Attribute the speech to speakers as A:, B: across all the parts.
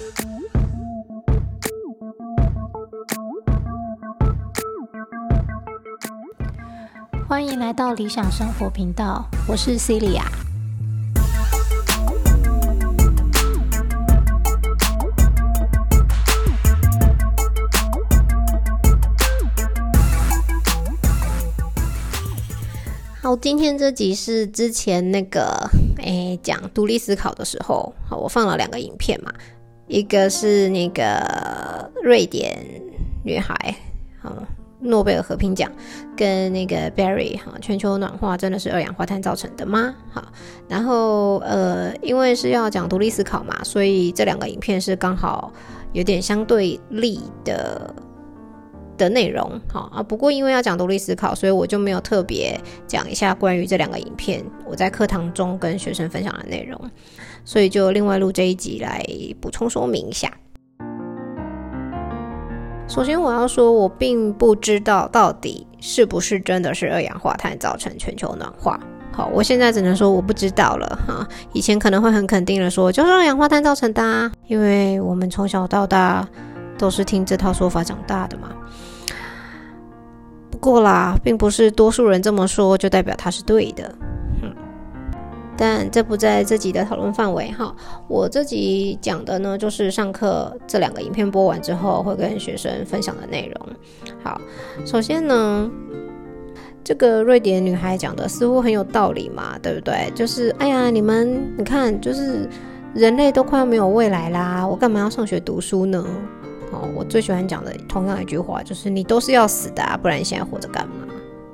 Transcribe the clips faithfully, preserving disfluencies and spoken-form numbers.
A: 欢迎来到理想生活频道，我是 Celia。好，今天这集是之前那个诶讲独立思考的时候，好，我放了两个影片嘛，一个是那个瑞典女孩，好，诺贝尔和平奖跟那个 Barry 全球暖化真的是二氧化碳造成的吗？好，然后呃，因为是要讲独立思考嘛，所以这两个影片是刚好有点相对立的的内容。好啊，不过因为要讲独立思考，所以我就没有特别讲一下关于这两个影片我在课堂中跟学生分享的内容，所以就另外录这一集来补充说明一下。首先我要说，我并不知道到底是不是真的是二氧化碳造成全球暖化。好，我现在只能说我不知道了哈。以前可能会很肯定的说，就是二氧化碳造成的啊，因为我们从小到大都是听这套说法长大的嘛。不过啦，并不是多数人这么说就代表它是对的。但这不在这集的讨论范围哈。我这集讲的呢，就是上课这两个影片播完之后会跟学生分享的内容。好，首先呢，这个瑞典女孩讲的似乎很有道理嘛，对不对？就是哎呀，你们你看，就是人类都快要没有未来啦，我干嘛要上学读书呢？哦，我最喜欢讲的同样一句话就是，你都是要死的啊，不然你现在活着干嘛？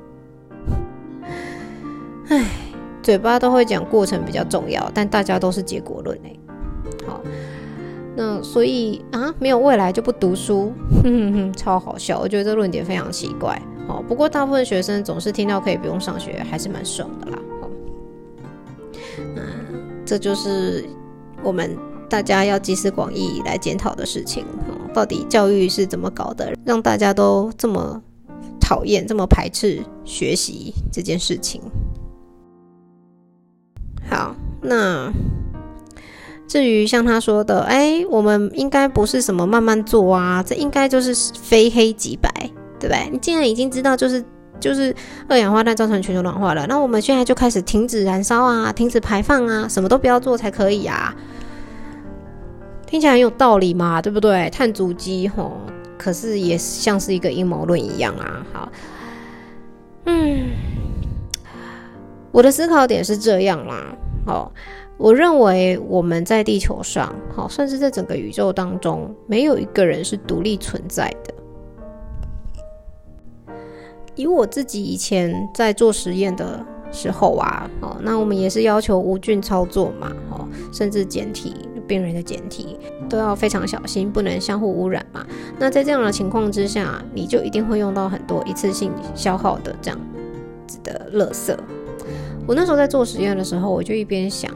A: 唉。嘴巴都会讲过程比较重要，但大家都是结果论欸。好，那所以啊，没有未来就不读书，哼哼哼，超好笑。我觉得这论点非常奇怪。好，不过大部分学生总是听到可以不用上学，还是蛮爽的啦。好，嗯，这就是我们大家要集思广益来检讨的事情。到底教育是怎么搞的，让大家都这么讨厌、这么排斥学习这件事情？好，那至于像他说的，哎，我们应该不是什么慢慢做啊，这应该就是非黑即白，对不对？你既然已经知道就是就是二氧化碳造成全球暖化了，那我们现在就开始停止燃烧啊，停止排放啊，什么都不要做才可以啊。听起来很有道理嘛，对不对？碳足迹齁，可是也像是一个阴谋论一样啊。好，嗯。我的思考点是这样啦，哦，我认为我们在地球上，哦，甚至在整个宇宙当中，没有一个人是独立存在的。以我自己以前在做实验的时候啊，哦，那我们也是要求无菌操作嘛，哦，甚至检体病人的检体都要非常小心，不能相互污染嘛。那在这样的情况之下，你就一定会用到很多一次性消耗的这样子的垃圾。我那时候在做实验的时候，我就一边想，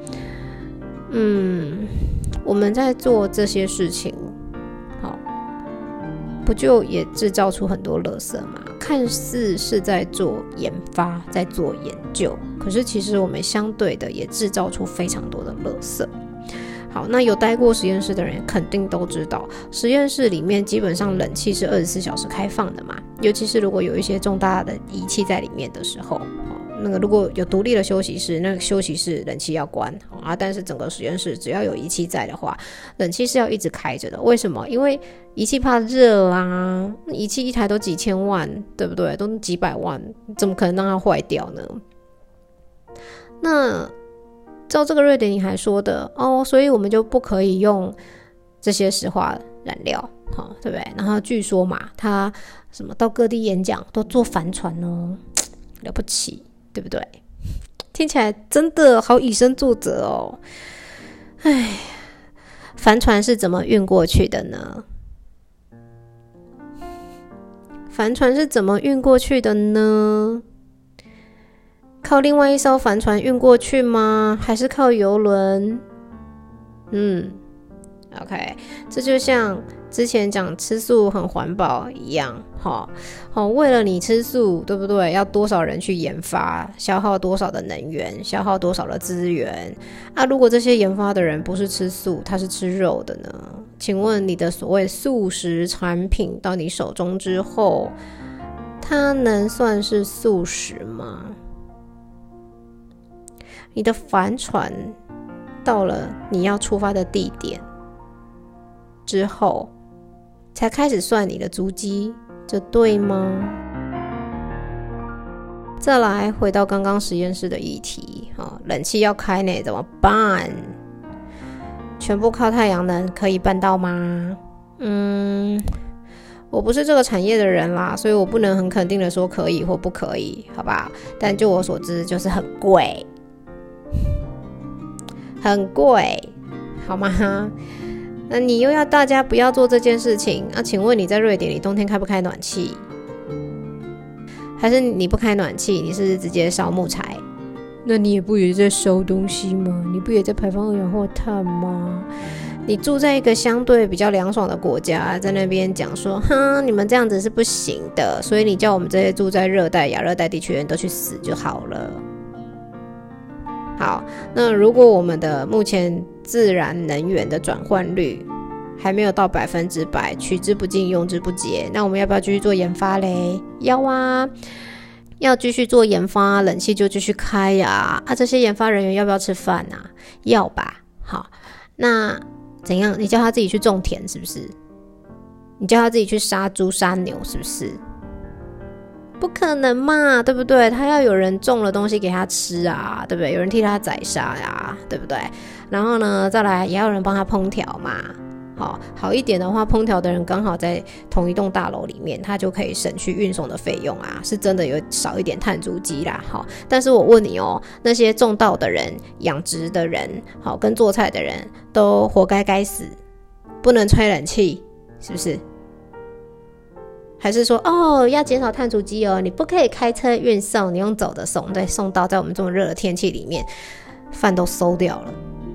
A: 嗯，我们在做这些事情，好，不就也制造出很多垃圾吗？看似是在做研发，在做研究，可是其实我们相对的也制造出非常多的垃圾。好，那有待过实验室的人肯定都知道，实验室里面基本上冷气是二十四小时开放的嘛，尤其是如果有一些重大的仪器在里面的时候。那个如果有独立的休息室，那个休息室冷气要关啊，但是整个实验室只要有仪器在的话，冷气是要一直开着的。为什么？因为仪器怕热啊，仪器一台都几千万，对不对？都几百万，怎么可能让它坏掉呢？那照这个瑞典女孩说的哦，所以我们就不可以用这些石化燃料，好，对不对？然后据说嘛，她什么到各地演讲都坐帆船哦，了不起。对不对？听起来真的好以身作则哦。唉，帆船是怎么运过去的呢？帆船是怎么运过去的呢？靠另外一艘帆船运过去吗？还是靠邮轮？嗯， OK， 这就像之前讲吃素很环保一样，齁，齁，为了你吃素，对不对？要多少人去研发，消耗多少的能源，消耗多少的资源啊？如果这些研发的人不是吃素，他是吃肉的呢？请问你的所谓素食产品到你手中之后，它能算是素食吗？你的帆船到了你要出发的地点之后，才开始算你的足迹，这对吗？再来回到刚刚实验室的议题，哦，冷气要开呢，怎么办？全部靠太阳能可以办到吗？嗯，我不是这个产业的人啦，所以我不能很肯定的说可以或不可以，好吧？但就我所知，就是很贵，很贵，好吗？那你又要大家不要做这件事情啊？请问你在瑞典，你冬天开不开暖气？还是你不开暖气，你是直接烧木材？那你也不也在烧东西吗？你不也在排放二氧化碳吗？你住在一个相对比较凉爽的国家，在那边讲说，哼，你们这样子是不行的，所以你叫我们这些住在热带、亚热带地区的人都去死就好了。好，那如果我们的目前自然能源的转换率还没有到百分之百，取之不尽用之不竭，那我们要不要继续做研发嘞？要啊，要继续做研发，冷气就继续开呀。啊，这些研发人员要不要吃饭啊？要吧。好，那怎样？你叫他自己去种田是不是？你叫他自己去杀猪杀牛是不是？不可能嘛，对不对？他要有人种了东西给他吃啊，对不对？有人替他宰杀呀，对不对？然后呢，再来也要有人帮他烹调嘛。好，好一点的话，烹调的人刚好在同一栋大楼里面，他就可以省去运送的费用啊，是真的有少一点碳足迹啦。好，但是我问你哦，那些种稻的人、养殖的人，好，跟做菜的人都活该该死，不能吹冷气，是不是？还是说哦，要减少碳足迹哦，你不可以开车运送，你用走的送，对，送到在我们这么热的天气里面，饭都馊掉了。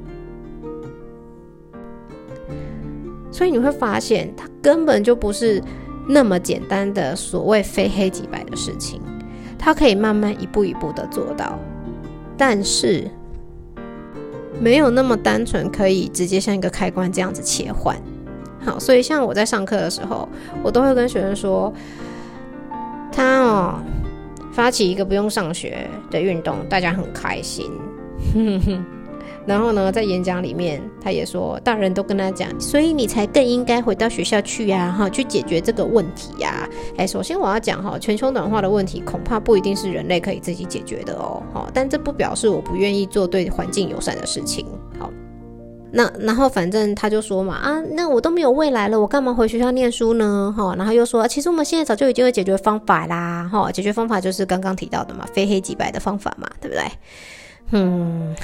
A: 所以你会发现，它根本就不是那么简单的所谓非黑即白的事情，它可以慢慢一步一步的做到，但是没有那么单纯可以直接像一个开关这样子切换。好，所以像我在上课的时候，我都会跟学生说，他哦发起一个不用上学的运动，大家很开心。然后呢，在演讲里面，他也说，大人都跟他讲，所以你才更应该回到学校去呀、啊，去解决这个问题呀、啊。哎，首先我要讲哈，全球暖化的问题恐怕不一定是人类可以自己解决的哦。好，但这不表示我不愿意做对环境友善的事情。好。那然后反正他就说嘛，啊，那我都没有未来了，我干嘛回学校念书呢？齁，然后又说，啊，其实我们现在早就已经有解决方法啦，齁，解决方法就是刚刚提到的嘛，非黑即白的方法嘛，对不对？嗯，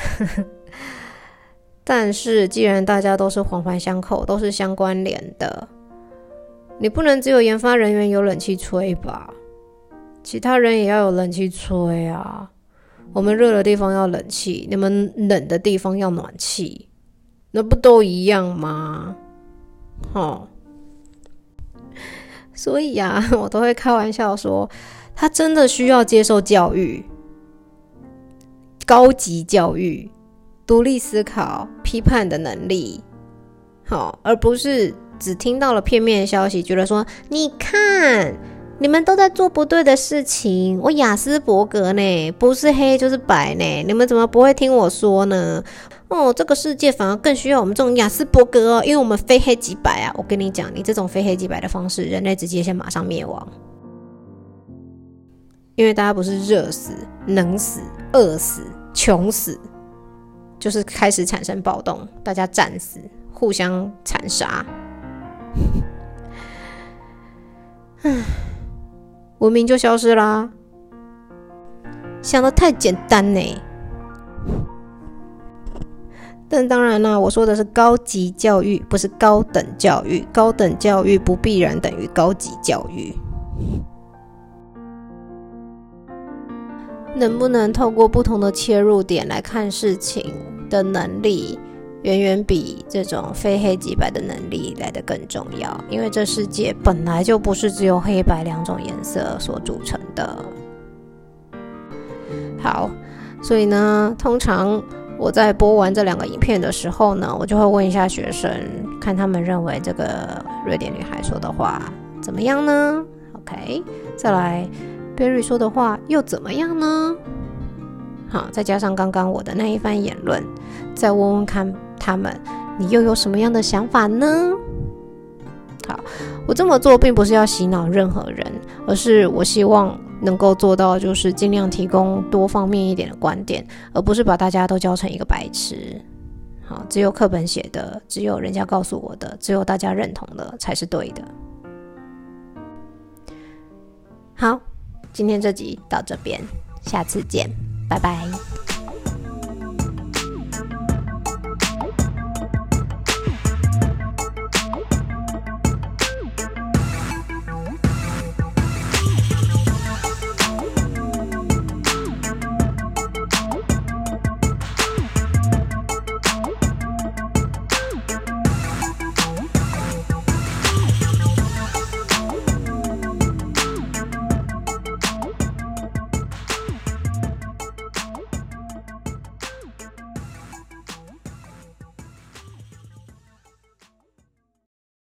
A: 但是既然大家都是环环相扣，都是相关联的，你不能只有研发人员有冷气吹吧？其他人也要有冷气吹啊。我们热的地方要冷气，你们冷的地方要暖气。那不都一样吗？齁，所以啊，我都会开玩笑说，他真的需要接受教育，高级教育，独立思考、批判的能力，齁，而不是只听到了片面的消息，觉得说，你看，你们都在做不对的事情，我亚斯伯格呢，不是黑就是白呢，你们怎么不会听我说呢？哦，这个世界反而更需要我们这种亚斯伯格哦，因为我们非黑即白啊！我跟你讲，你这种非黑即白的方式，人类直接先马上灭亡，因为大家不是热死、冷死、饿死、穷死，就是开始产生暴动，大家战死，互相残杀，文明就消失啦。想得太简单呢。但当然啦，我说的是高级教育，不是高等教育。高等教育不必然等于高级教育。能不能透过不同的切入点来看事情的能力， 远远比这种非黑即白的能力来得更重要，因为这世界本来就不是只有黑白两种颜色所组成的。好，所以呢，通常我在播完这两个影片的时候呢，我就会问一下学生，看他们认为这个瑞典女孩说的话怎么样呢？ OK， 再来 Barry 说的话又怎么样呢？好，再加上刚刚我的那一番言论，再问问看他们，你又有什么样的想法呢？好，我这么做并不是要洗脑任何人，而是我希望能够做到就是尽量提供多方面一点的观点，而不是把大家都教成一个白痴。好，只有课本写的，只有人家告诉我的，只有大家认同的才是对的。好，今天这集到这边，下次见，拜拜。